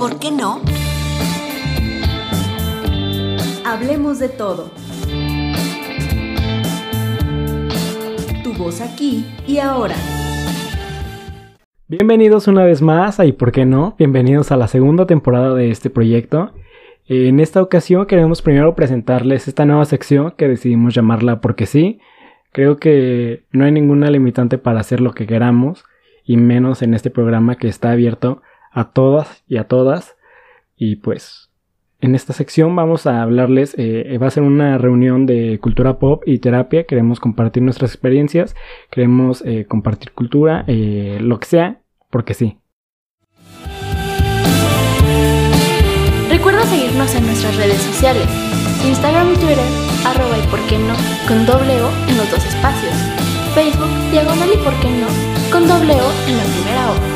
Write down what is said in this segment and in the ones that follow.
¿Por qué no? Hablemos de todo. Tu voz aquí y ahora. Bienvenidos una vez más a ¿Y por qué no? Bienvenidos a la segunda temporada de este proyecto. En esta ocasión queremos primero presentarles esta nueva sección que decidimos llamarla Porque sí. Creo que no hay ninguna limitante para hacer lo que queramos, y menos en este programa que está abierto a todas y a todas. Y pues en esta sección vamos a hablarles, va a ser una reunión de cultura pop y terapia. Queremos compartir nuestras experiencias, queremos compartir cultura, lo que sea, porque sí. Recuerda seguirnos en nuestras redes sociales, Instagram y Twitter, @y por qué no, con doble O en los dos espacios, Facebook, diagonal y por qué no, con doble O en la primera O.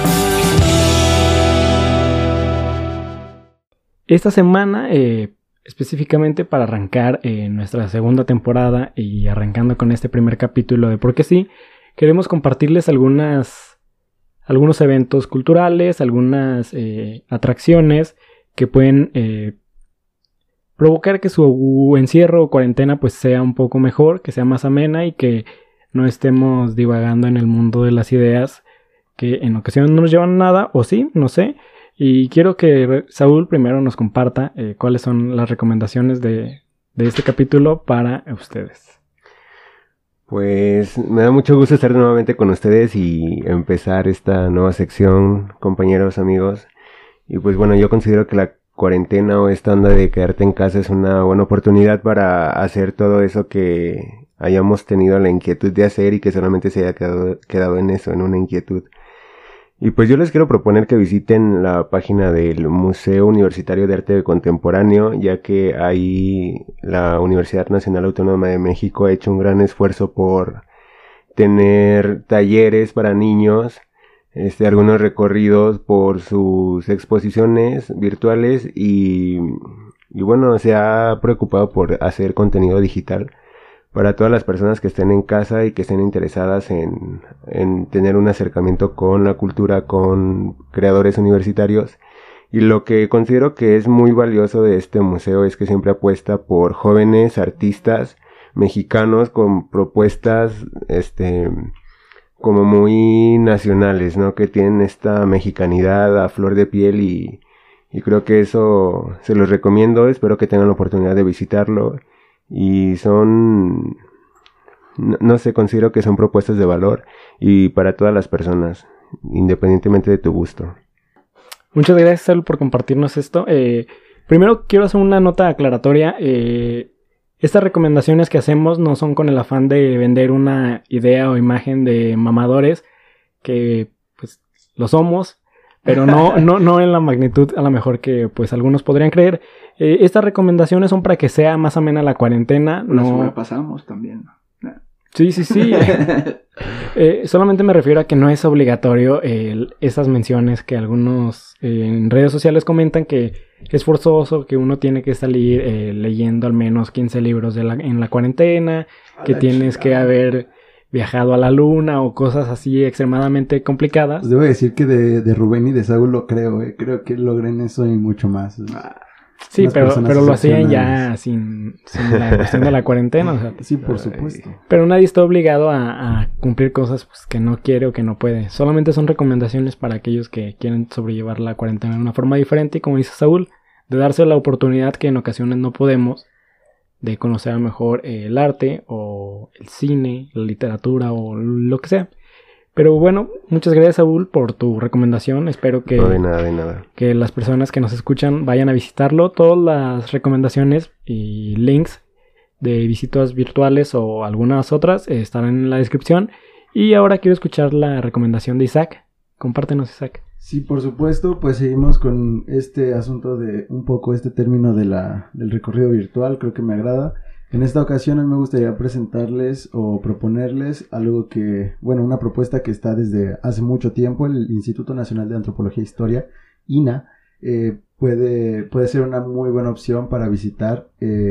Esta semana, específicamente para arrancar nuestra segunda temporada y arrancando con este primer capítulo de Porque sí, queremos compartirles algunos eventos culturales, algunas atracciones que pueden provocar que su encierro o cuarentena pues sea un poco mejor, que sea más amena y que no estemos divagando en el mundo de las ideas que en ocasiones no nos llevan a nada, o sí, no sé. Y quiero que Saúl primero nos comparta cuáles son las recomendaciones de este capítulo para ustedes. Pues me da mucho gusto estar nuevamente con ustedes y empezar esta nueva sección, compañeros, amigos. Y pues bueno, yo considero que la cuarentena o esta onda de quedarte en casa es una buena oportunidad para hacer todo eso que hayamos tenido la inquietud de hacer y que solamente se haya quedado en eso, en una inquietud. Y pues yo les quiero proponer que visiten la página del Museo Universitario de Arte Contemporáneo, ya que ahí la Universidad Nacional Autónoma de México ha hecho un gran esfuerzo por tener talleres para niños, algunos recorridos por sus exposiciones virtuales y bueno, se ha preocupado por hacer contenido digital para todas las personas que estén en casa y que estén interesadas en tener un acercamiento con la cultura, con creadores universitarios. Y lo que considero que es muy valioso de este museo es que siempre apuesta por jóvenes artistas mexicanos con propuestas como muy nacionales, ¿no? Que tienen esta mexicanidad a flor de piel y creo que eso se los recomiendo. Espero que tengan la oportunidad de visitarlo. Y son, no sé, considero que son propuestas de valor y para todas las personas, independientemente de tu gusto. Muchas gracias, Saúl, por compartirnos esto. Primero quiero hacer una nota aclaratoria. Estas recomendaciones que hacemos no son con el afán de vender una idea o imagen de mamadores, que pues lo somos, pero no en la magnitud a lo mejor que pues algunos podrían creer. Estas recomendaciones son para que sea más amena la cuarentena. No la pasamos también. Sí. Solamente me refiero a que no es obligatorio esas menciones que algunos en redes sociales comentan que es forzoso, que uno tiene que salir leyendo al menos 15 libros en la cuarentena, que tienes que haber viajado a la luna o cosas así extremadamente complicadas. Pues debo decir que de Rubén y de Saúl lo creo, creo que logren eso y mucho más. Sí, pero lo hacían ya sin la cuestión de la cuarentena. O sea, sí, por supuesto. Pero nadie está obligado a cumplir cosas pues, que no quiere o que no puede. Solamente son recomendaciones para aquellos que quieren sobrellevar la cuarentena de una forma diferente. Y como dice Saúl, de darse la oportunidad que en ocasiones no podemos, de conocer a lo mejor el arte o el cine, la literatura o lo que sea. Pero bueno, muchas gracias, Saúl, por tu recomendación. Espero que, no, de nada. Que las personas que nos escuchan vayan a visitarlo. Todas las recomendaciones y links de visitas virtuales o algunas otras estarán en la descripción. Y ahora quiero escuchar la recomendación de Isaac. Compártenos, Isaac. Sí, por supuesto, pues seguimos con este asunto de un poco este término del recorrido virtual. Creo que me agrada. En esta ocasión a mí me gustaría presentarles o proponerles algo que, bueno, una propuesta que está desde hace mucho tiempo. El Instituto Nacional de Antropología e Historia, INAH, puede ser una muy buena opción para visitar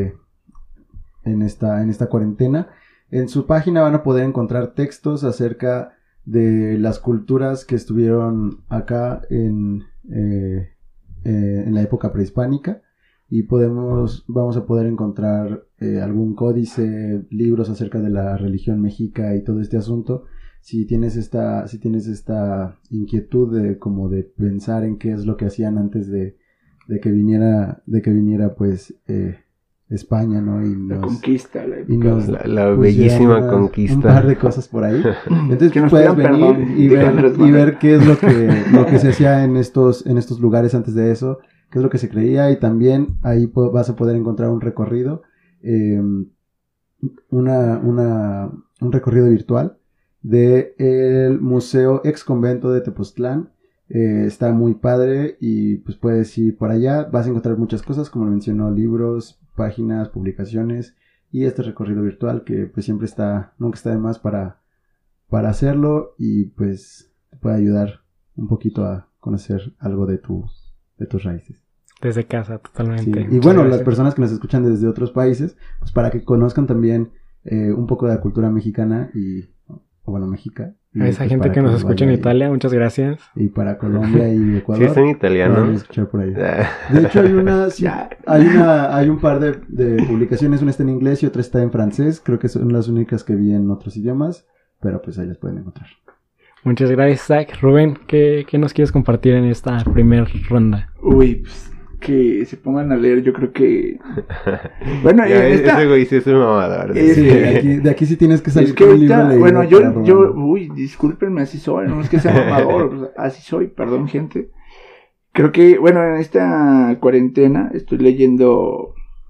en esta cuarentena. En su página van a poder encontrar textos acerca de las culturas que estuvieron acá en en la época prehispánica y vamos a poder encontrar algún códice, libros acerca de la religión mexica y todo este asunto. Si tienes esta inquietud de pensar en qué es lo que hacían antes de que viniera pues España, ¿no? Y la conquista, la bellísima conquista. Un par de cosas por ahí. Entonces que puedes venir y ver qué es lo que se hacía en estos lugares antes de eso, qué es lo que se creía, y también ahí vas a poder encontrar un recorrido, un recorrido virtual del Museo Ex Convento de Tepoztlán. Está muy padre y pues puedes ir por allá, vas a encontrar muchas cosas, como mencionó, libros, páginas, publicaciones y este recorrido virtual que pues nunca está de más para hacerlo, y pues te puede ayudar un poquito a conocer algo de tus raíces. Desde casa, totalmente. Sí. Y bueno, las personas que nos escuchan desde otros países, pues para que conozcan también un poco de la cultura mexicana mexica. A esa gente que nos escucha en Italia, muchas gracias. Y para Colombia y Ecuador. Sí, está en italiano. Escuchar por ahí. De hecho, hay un par de publicaciones, una está en inglés y otra está en francés. Creo que son las únicas que vi en otros idiomas, pero pues ahí las pueden encontrar. Muchas gracias, Zach. Rubén, ¿qué nos quieres compartir en esta primera ronda? Uy, pues que se pongan a leer, yo creo que... Bueno, ese güey sí es un mamador. Sí, de aquí sí tienes que salir. Es que ahorita, bueno, discúlpenme, así soy, no es que sea mamador, así soy, perdón, gente. Creo que, bueno, en esta cuarentena estoy leyendo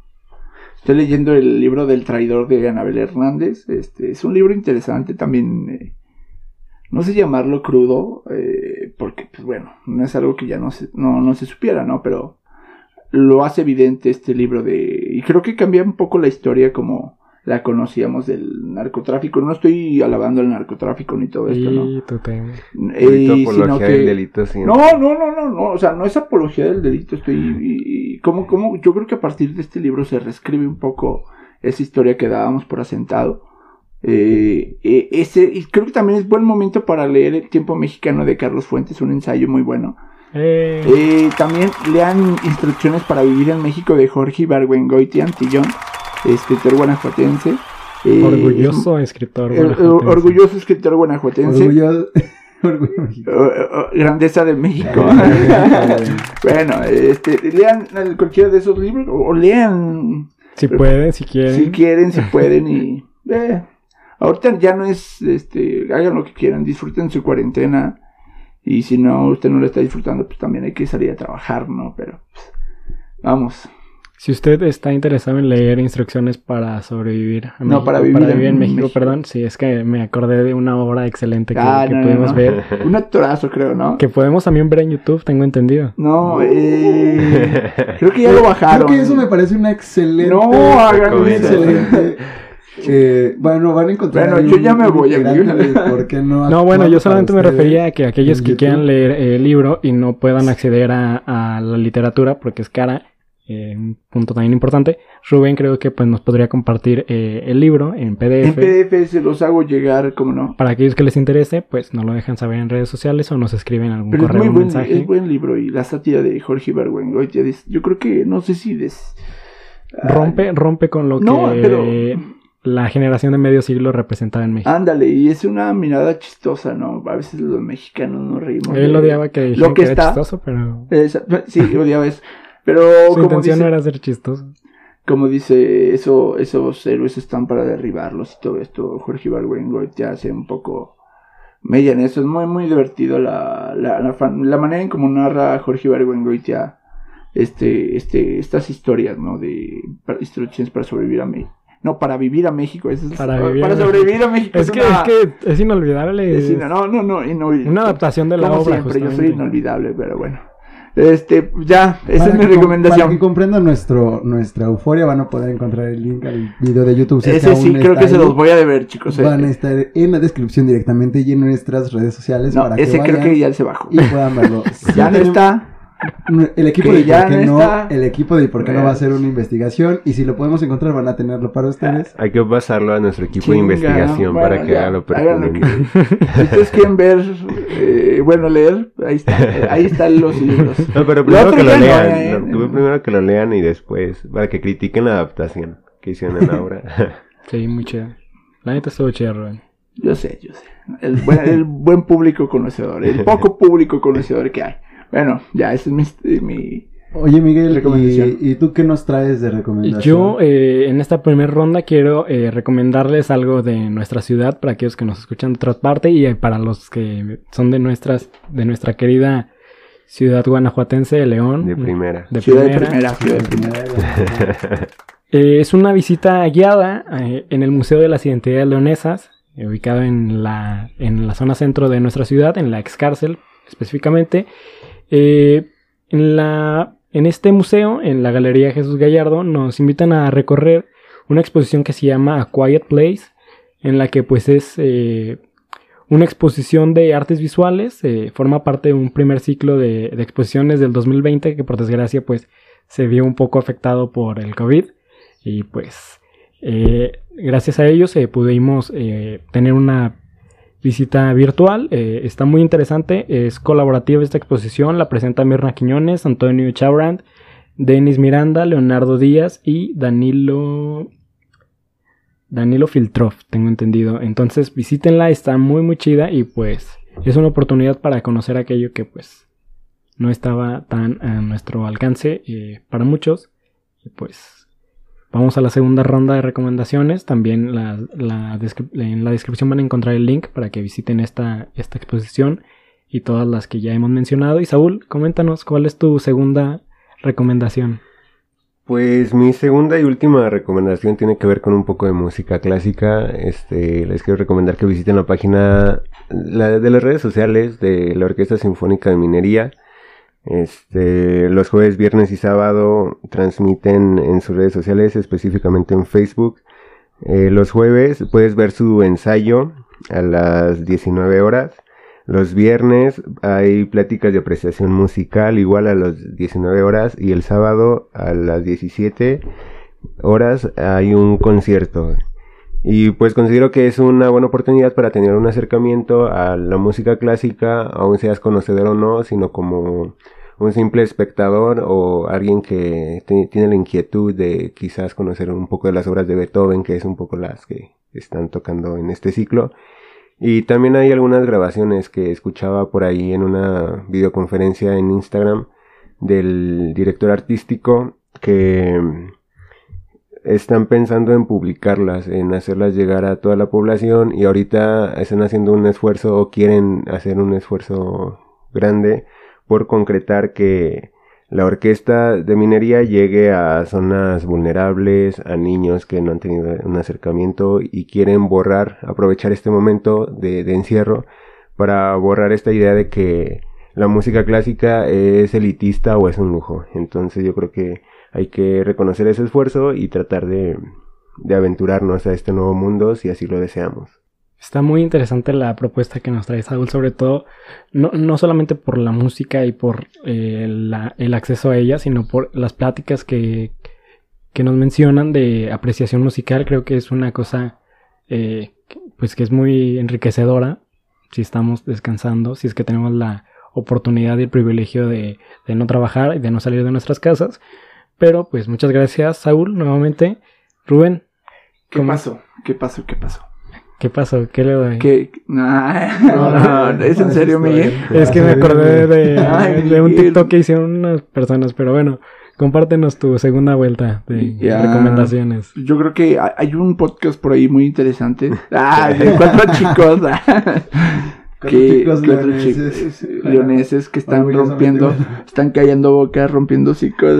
el libro del traidor de Anabel Hernández. Es un libro interesante también, no sé llamarlo crudo, porque, pues bueno, no es algo que ya no se supiera, ¿no? Pero lo hace evidente este libro y creo que cambia un poco la historia como la conocíamos del narcotráfico. No estoy alabando el narcotráfico ni todo esto, ¿no? Apología del delito, sí. No, o sea, no es apología del delito, como yo creo que a partir de este libro se reescribe un poco esa historia que dábamos por asentado. Y creo que también es buen momento para leer El tiempo mexicano de Carlos Fuentes, un ensayo muy bueno. También lean Instrucciones para vivir en México de Jorge Ibargüengoitia Antillón, escritor guanajuatense. Orgulloso escritor guanajuatense. Orgulloso escritor guanajuatense. Grandeza de México. Bueno, lean cualquiera de esos libros o lean si pueden, si quieren. Si pueden y ahorita ya no es hagan lo que quieran, disfruten su cuarentena. Y si no, usted no lo está disfrutando, pues también hay que salir a trabajar, ¿no? Pero, pues, vamos. Si usted está interesado en leer Instrucciones para sobrevivir a México, para vivir en México, perdón. Sí, es que me acordé de una obra excelente que pudimos ver. Un actorazo, creo, ¿no? Que podemos también ver en YouTube, tengo entendido. No, creo que ya lo bajaron. Creo que eso me parece una excelente... No, hagan un excelente... bueno, van a encontrar. Bueno, yo ya me voy a ¿Por qué no? No, bueno, yo solamente me refería a que aquellos que quieran leer el libro y no puedan acceder a la literatura porque es cara, un punto también importante. Rubén creo que pues nos podría compartir el libro en PDF. En PDF se los hago llegar, ¿cómo no? Para aquellos que les interese, pues nos lo dejan saber en redes sociales o nos escriben algún correo o mensaje. Es buen libro, y la sátira de Jorge Ibargüengoitia, yo creo que no sé si rompe con lo que la generación de medio siglo representaba en México. Ándale, y es una mirada chistosa, ¿no? A veces los mexicanos nos reímos. Él odiaba que dijeran que era chistoso, pero... Sí, odiaba eso. Pero su intención no era ser chistoso. Como dice, esos héroes están para derribarlos y todo esto. Jorge Ibargüengoitia hace un poco mella en eso. Es muy, muy divertido la manera en cómo narra Jorge Ibargüengoitia estas historias, ¿no? De instrucciones para sobrevivir a México. No, para vivir a México. Para sobrevivir a México. Es que es inolvidable. Una adaptación de la obra. Siempre, yo soy inolvidable, pero bueno. Esa es mi recomendación. Para que comprendan nuestra euforia, van a poder encontrar el link al video de YouTube. Ese sí, creo que se los voy a deber, chicos. Van a estar en la descripción directamente y en nuestras redes sociales. No, ese creo que ya se bajó. Y puedan verlo. Ya no está. El equipo Que de ya ¿Por qué no no? está. El equipo de ¿Por qué no? Va a hacer una investigación. Y si lo podemos encontrar, van a tenerlo para ustedes. Hay que pasarlo a nuestro equipo de Chinga, investigación bueno, para que ya, haga lo hagan lo pertinente. Si ustedes quieren ver, leer, ahí están los libros. No, pero Lo primero otro que lo ya no, lean. Primero que lo lean y después, para que critiquen la adaptación que hicieron en la obra. Sí, muy chido. La neta estuvo chida, Rubén. Yo sé. El buen público conocedor, el poco público conocedor que hay. Bueno, ya, ese es mi Oye, Miguel, recomendación. ¿y tú qué nos traes de recomendación? Yo, en esta primera ronda, quiero recomendarles algo de nuestra ciudad para aquellos que nos escuchan de otra parte y para los que son de nuestra querida ciudad guanajuatense de León. De primera. Ciudad de primera. Es una visita guiada en el Museo de las Identidades Leonesas, ubicado en la zona centro de nuestra ciudad, en la excárcel específicamente. En este museo, en la Galería Jesús Gallardo, nos invitan a recorrer una exposición que se llama A Quiet Place, en la que pues es una exposición de artes visuales, forma parte de un primer ciclo de exposiciones del 2020 que por desgracia pues se vio un poco afectado por el COVID y pues gracias a ellos pudimos tener una visita virtual. Está muy interesante, es colaborativa esta exposición, la presenta Mirna Quiñones, Antonio Chabrand, Denis Miranda, Leonardo Díaz y Danilo Filtrov, tengo entendido. Entonces visítenla, está muy muy chida y pues es una oportunidad para conocer aquello que pues no estaba tan a nuestro alcance para muchos. Y pues vamos a la segunda ronda de recomendaciones. También en la descripción van a encontrar el link para que visiten esta exposición y todas las que ya hemos mencionado. Y Saúl, coméntanos, ¿cuál es tu segunda recomendación? Pues mi segunda y última recomendación tiene que ver con un poco de música clásica. Les quiero recomendar que visiten la página de las redes sociales de la Orquesta Sinfónica de Minería. Los jueves, viernes y sábado transmiten en sus redes sociales, específicamente en Facebook. Los jueves puedes ver su ensayo a las 19 horas. Los viernes hay pláticas de apreciación musical igual a las 19 horas y el sábado a las 17 horas hay un concierto. Y pues considero que es una buena oportunidad para tener un acercamiento a la música clásica, aun seas conocedor o no, sino como un simple espectador o alguien que tiene la inquietud de quizás conocer un poco de las obras de Beethoven, que es un poco las que están tocando en este ciclo. Y también hay algunas grabaciones que escuchaba por ahí en una videoconferencia en Instagram del director artístico que están pensando en publicarlas, en hacerlas llegar a toda la población y ahorita están haciendo un esfuerzo o quieren hacer un esfuerzo grande por concretar que la orquesta de minería llegue a zonas vulnerables, a niños que no han tenido un acercamiento y quieren aprovechar este momento de encierro para borrar esta idea de que la música clásica es elitista o es un lujo. Entonces yo creo que hay que reconocer ese esfuerzo y tratar de aventurarnos a este nuevo mundo si así lo deseamos. Está muy interesante la propuesta que nos trae Saúl, sobre todo no solamente por la música y por el acceso a ella, sino por las pláticas que nos mencionan de apreciación musical. Creo que es una cosa pues que es muy enriquecedora si estamos descansando, si es que tenemos la oportunidad y el privilegio de no trabajar y de no salir de nuestras casas. Pero pues muchas gracias, Saúl, nuevamente. Rubén, ¿Qué pasó? ¿Qué pasó? ¿Qué le doy? No, ¿es en serio, Miguel? Es que me acordé Ay, de un Miguel. TikTok que hicieron unas personas, pero bueno, compártenos tu segunda vuelta de recomendaciones. Yo creo que hay un podcast por ahí muy interesante. De 4 chicos. Chicos leoneses que están orgullosamente están callando bocas, rompiendo hocicos.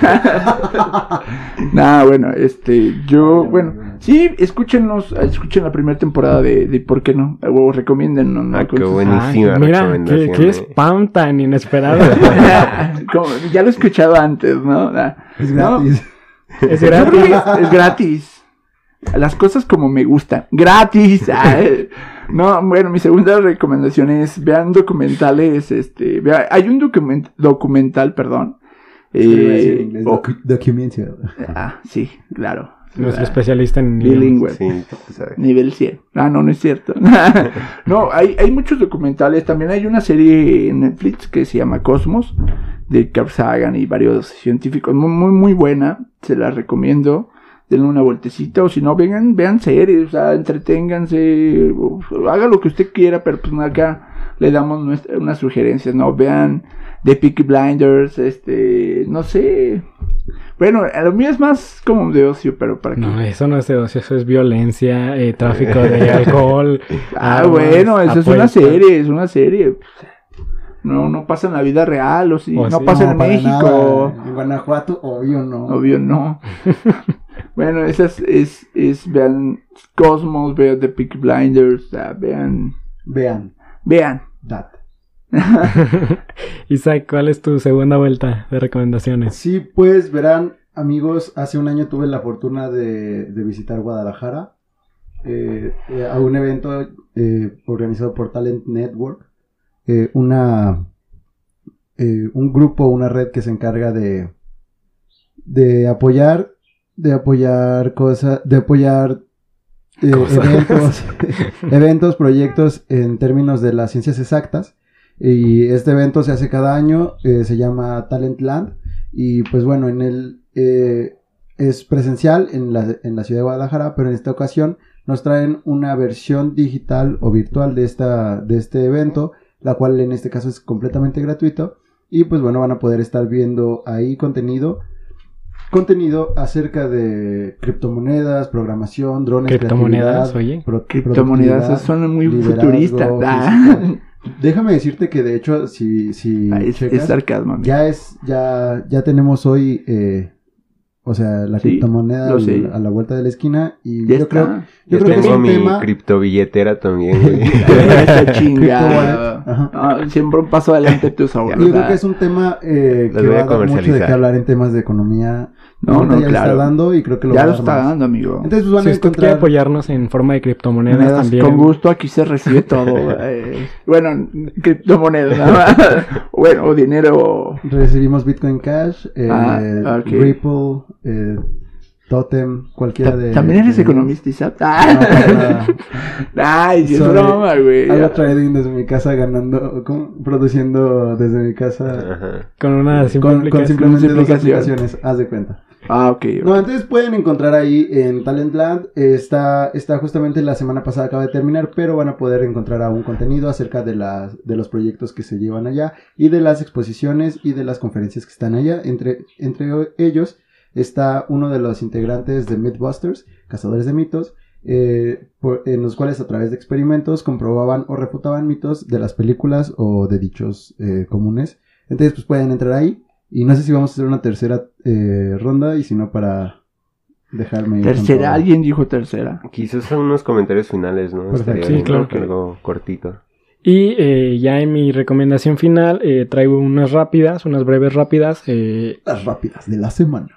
Bueno, sí, escuchen la primera temporada de ¿Por qué no? O recomienden, Qué buenísima Mira, recomendación. qué spam tan inesperado. Ya lo he escuchado antes, ¿no? Es gratis. Es Yo creo gratis. que es gratis. las cosas como me gustan. ¡Gratis! Ay, no, bueno, mi segunda recomendación es vean documentales, hay un documental, perdón. Documental. Sí, claro. Nuestro especialista en bilingüe. Sí, tú sabes. Nivel 100. No es cierto. No, hay muchos documentales. También hay una serie en Netflix que se llama Cosmos, de Carl Sagan y varios científicos. Muy, muy, muy buena. Se la recomiendo. Denle una vueltecita. O si no, vean series. O sea, entreténganse. Haga lo que usted quiera, pero pues acá le damos unas sugerencias, ¿no? Vean The Peaky Blinders. No sé. Bueno, a lo mío es más como de ocio, pero ¿para qué? No, eso no es de ocio, eso es violencia, tráfico de alcohol. Bueno, eso es una serie. No pasa en la vida real, o sí, no pasa en México. Nada. En Guanajuato, obvio no. Bueno, esas vean Cosmos, vean The Peaky Blinders, vean. That. Isaac, ¿cuál es tu segunda vuelta de recomendaciones? Sí, pues verán, amigos, hace un año tuve la fortuna de visitar Guadalajara a un evento organizado por Talent Network, un grupo, una red que se encarga de apoyar cosas, de apoyar eventos, proyectos en términos de las ciencias exactas. Y este evento se hace cada año, se llama Talentland, y pues bueno, es presencial en la ciudad de Guadalajara, pero en esta ocasión nos traen una versión digital o virtual de este evento, la cual en este caso es completamente gratuito, y pues bueno, van a poder estar viendo ahí contenido acerca de criptomonedas, programación, drones, criptomonedas, oye, criptomonedas son muy futuristas. Déjame decirte que de hecho si es sarcasmo, amigo. ya tenemos hoy la criptomoneda a la vuelta de la esquina, y yo creo que es un mi tema. criptobilletera también, güey. Siempre un paso adelante tus ahorros. Yo creo que es un tema que va a dar mucho de qué hablar en temas de economía. Ya está dando, y creo que ya lo está dando, amigo. Entonces pues van si a usted quiere apoyarnos en forma de criptomonedas también. Con gusto, aquí se recibe todo. Bueno, criptomonedas, nada más. Bueno, o dinero. Recibimos Bitcoin Cash, Ripple, Totem, cualquiera de... ¿También eres economista, Isaac? Ay, es broma, güey. Hago trading desde mi casa, produciendo desde mi casa. Con una con simplemente dos aplicaciones, haz de cuenta. Ok. No, entonces pueden encontrar ahí en Talentland, está justamente la semana pasada, acaba de terminar, pero van a poder encontrar aún contenido acerca de los proyectos que se llevan allá, y de las exposiciones y de las conferencias que están allá. Entre ellos está uno de los integrantes de Mythbusters, Cazadores de Mitos, en los cuales a través de experimentos comprobaban o refutaban mitos de las películas o de dichos comunes. Entonces pues pueden entrar ahí, y no sé si vamos a hacer una tercera ronda, y si no, para dejarme... ¿Tercera? ¿Alguien dijo tercera? Quizás son unos comentarios finales, ¿no? Perfecto. Sí, claro. Algo cortito. Y ya en mi recomendación final traigo unas breves rápidas. Las rápidas de la semana.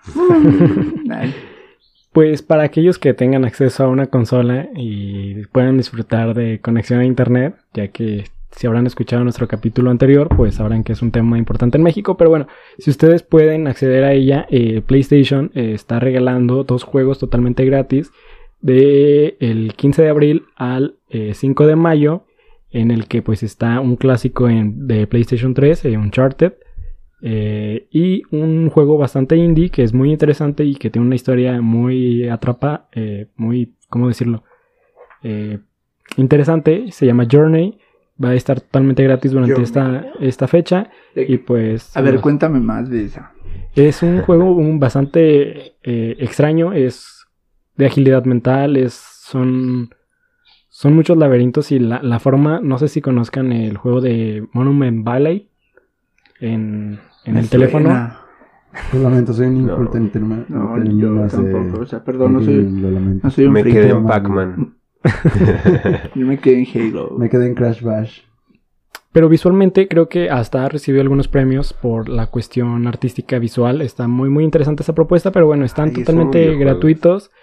Pues para aquellos que tengan acceso a una consola y puedan disfrutar de conexión a internet, ya que si habrán escuchado nuestro capítulo anterior, pues sabrán que es un tema importante en México. Pero bueno, si ustedes pueden acceder a ella, PlayStation está regalando 2 juegos totalmente gratis del 15 de abril al 5 de mayo, en el que pues está un clásico de PlayStation 3, Uncharted, y un juego bastante indie que es muy interesante y que tiene una historia muy muy, ¿cómo decirlo? Interesante, se llama Journey. Va a estar totalmente gratis durante esta fecha. Y pues... A ver, cuéntame más de esa. Es un juego bastante extraño, es de agilidad mental, son muchos laberintos, y la forma, no sé si conozcan el juego de Monument Valley en el teléfono. Lo lamento, soy un inculto en términos yo tampoco, o sea, perdón, no soy un Me friki. quedé en Pac-Man. Yo me quedé en Halo. Me quedé en Crash Bash. Pero visualmente creo que hasta ha recibido algunos premios por la cuestión artística visual. Está muy muy interesante esa propuesta, pero bueno, están totalmente gratuitos.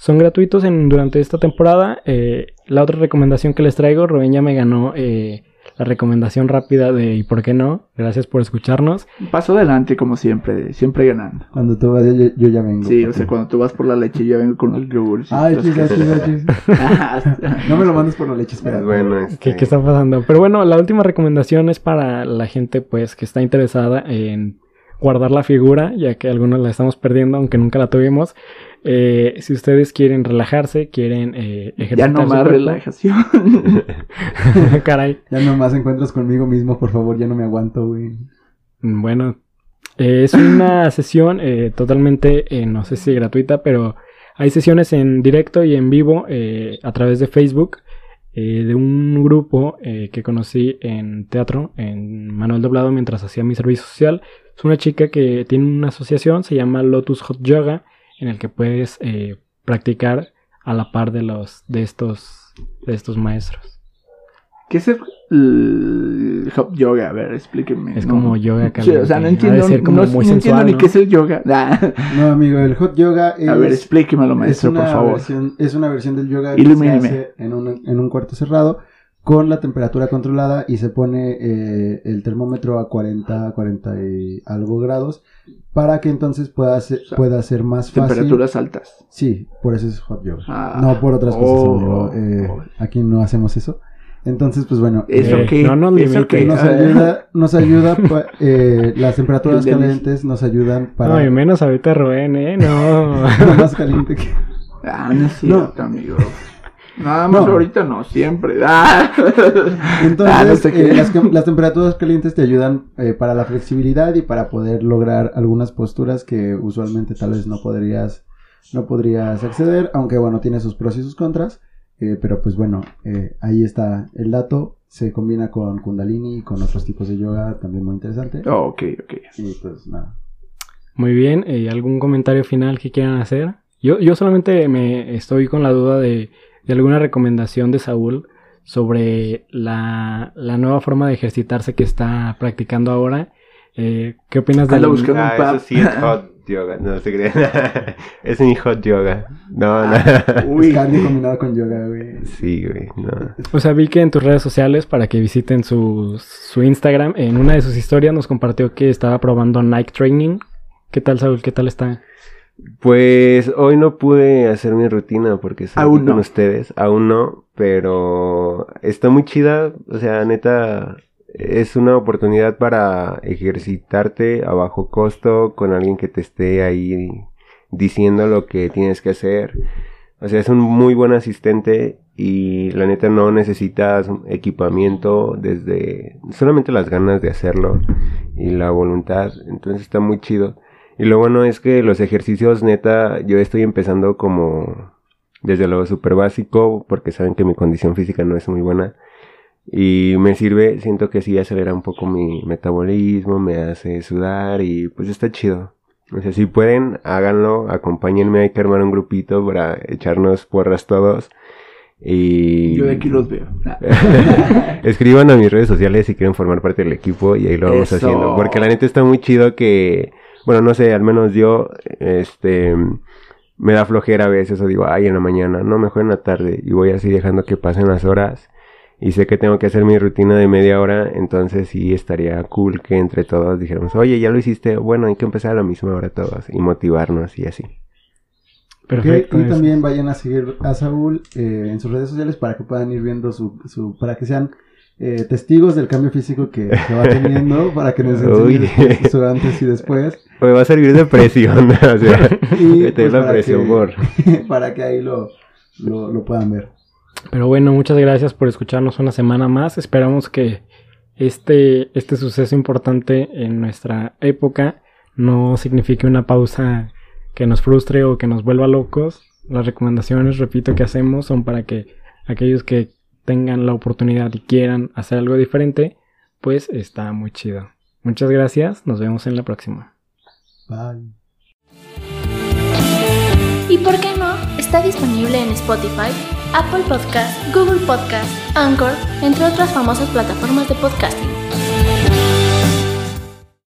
son gratuitos durante esta temporada. La otra recomendación que les traigo, Rubén ya me ganó la recomendación rápida de ¿y por qué no? Gracias por escucharnos. Paso adelante como siempre ganando. Cuando tú vas, yo ya vengo. Sí, o sea, cuando tú vas por la leche, yo ya vengo con el yogur. Ay, chis. No me lo mandes por la leche, espera. Bueno, ¿Qué está pasando? Pero bueno, la última recomendación es para la gente pues que está interesada en guardar la figura, ya que algunos la estamos perdiendo, aunque nunca la tuvimos. Si ustedes quieren relajarse, quieren ejercitar ya no más relajación. Caray. Ya nomás encuentras conmigo mismo, por favor, ya no me aguanto, güey. Bueno, es una sesión totalmente, no sé si gratuita, pero hay sesiones en directo y en vivo a través de Facebook de un grupo que conocí en teatro, en Manuel Doblado, mientras hacía mi servicio social. Es una chica que tiene una asociación, se llama Lotus Hot Yoga, en el que puedes practicar a la par de estos maestros. ¿Qué es el hot yoga? A ver, explíquenme. Es como yoga caliente. Sí, o sea, no entiendo, no entiendo ni qué es el yoga. No, amigo, el hot yoga es... A ver, explíquemelo, maestro, por favor. Es una versión del yoga que se hace en un cuarto cerrado con la temperatura controlada y se pone el termómetro a 40 y algo grados para que entonces pueda ser más fácil. Temperaturas altas. Sí, por eso es hot yoga. No por otras cosas, amigo. Aquí no hacemos eso. Entonces, pues bueno. ¿Eso qué? Nos ayuda las temperaturas calientes nos ayudan para... No, y menos ahorita Rubén, No. Más caliente que... no es cierto, amigo. Nada más ahorita no, siempre. Entonces, las temperaturas calientes te ayudan para la flexibilidad y para poder lograr algunas posturas que usualmente tal vez no podrías acceder, aunque bueno, tiene sus pros y sus contras. Pero pues bueno, ahí está el dato. Se combina con Kundalini y con otros tipos de yoga también muy interesante. Ok. Y pues nada. Muy bien, ¿algún comentario final que quieran hacer? Yo solamente me estoy con la duda de alguna recomendación de Saúl sobre la nueva forma de ejercitarse que está practicando ahora. ¿Qué opinas de eso sí es hot yoga, no se crean. Es mi hot yoga. No. Uy, cardio combinado con yoga, güey. Sí, güey, no. O sea, vi que en tus redes sociales, para que visiten su Instagram, en una de sus historias nos compartió que estaba probando Nike Training. ¿Qué tal, Saúl? ¿Qué tal está? Pues hoy no pude hacer mi rutina porque estoy con ustedes. Aún no, pero está muy chida. O sea, neta, es una oportunidad para ejercitarte a bajo costo con alguien que te esté ahí diciendo lo que tienes que hacer. O sea, es un muy buen asistente y la neta no necesitas equipamiento, desde solamente las ganas de hacerlo y la voluntad. Entonces está muy chido. Y lo bueno es que los ejercicios, neta, yo estoy empezando como desde lo súper básico, porque saben que mi condición física no es muy buena. Y me sirve, siento que sí acelera un poco mi metabolismo, me hace sudar y pues está chido. O sea, si pueden, háganlo, acompáñenme, hay que armar un grupito para echarnos porras todos. Y yo de aquí los veo. Escriban a mis redes sociales si quieren formar parte del equipo y ahí lo vamos haciendo. Porque la neta está muy chido que... Bueno, no sé, al menos yo, me da flojera a veces, o digo, ay, en la mañana, no, mejor en la tarde, y voy así dejando que pasen las horas, y sé que tengo que hacer mi rutina de media hora, entonces sí estaría cool que entre todos dijéramos, oye, ya lo hiciste, bueno, hay que empezar a la misma hora todos, y motivarnos, y así. Perfecto. Y también vayan a seguir a Saúl en sus redes sociales para que puedan ir viendo para que sean... testigos del cambio físico que va teniendo, para que nos enseñe su antes y después. Me va a servir de presión, o sea, y pues la presión para que ahí lo puedan ver. Pero bueno, muchas gracias por escucharnos una semana más. Esperamos que este suceso importante en nuestra época no signifique una pausa que nos frustre o que nos vuelva locos. Las recomendaciones, repito, que hacemos son para que aquellos que tengan la oportunidad y quieran hacer algo diferente, pues está muy chido. Muchas gracias, nos vemos en la próxima. Bye. ¿Y por qué no? Está disponible en Spotify, Apple Podcast, Google Podcast, Anchor, entre otras famosas plataformas de podcasting.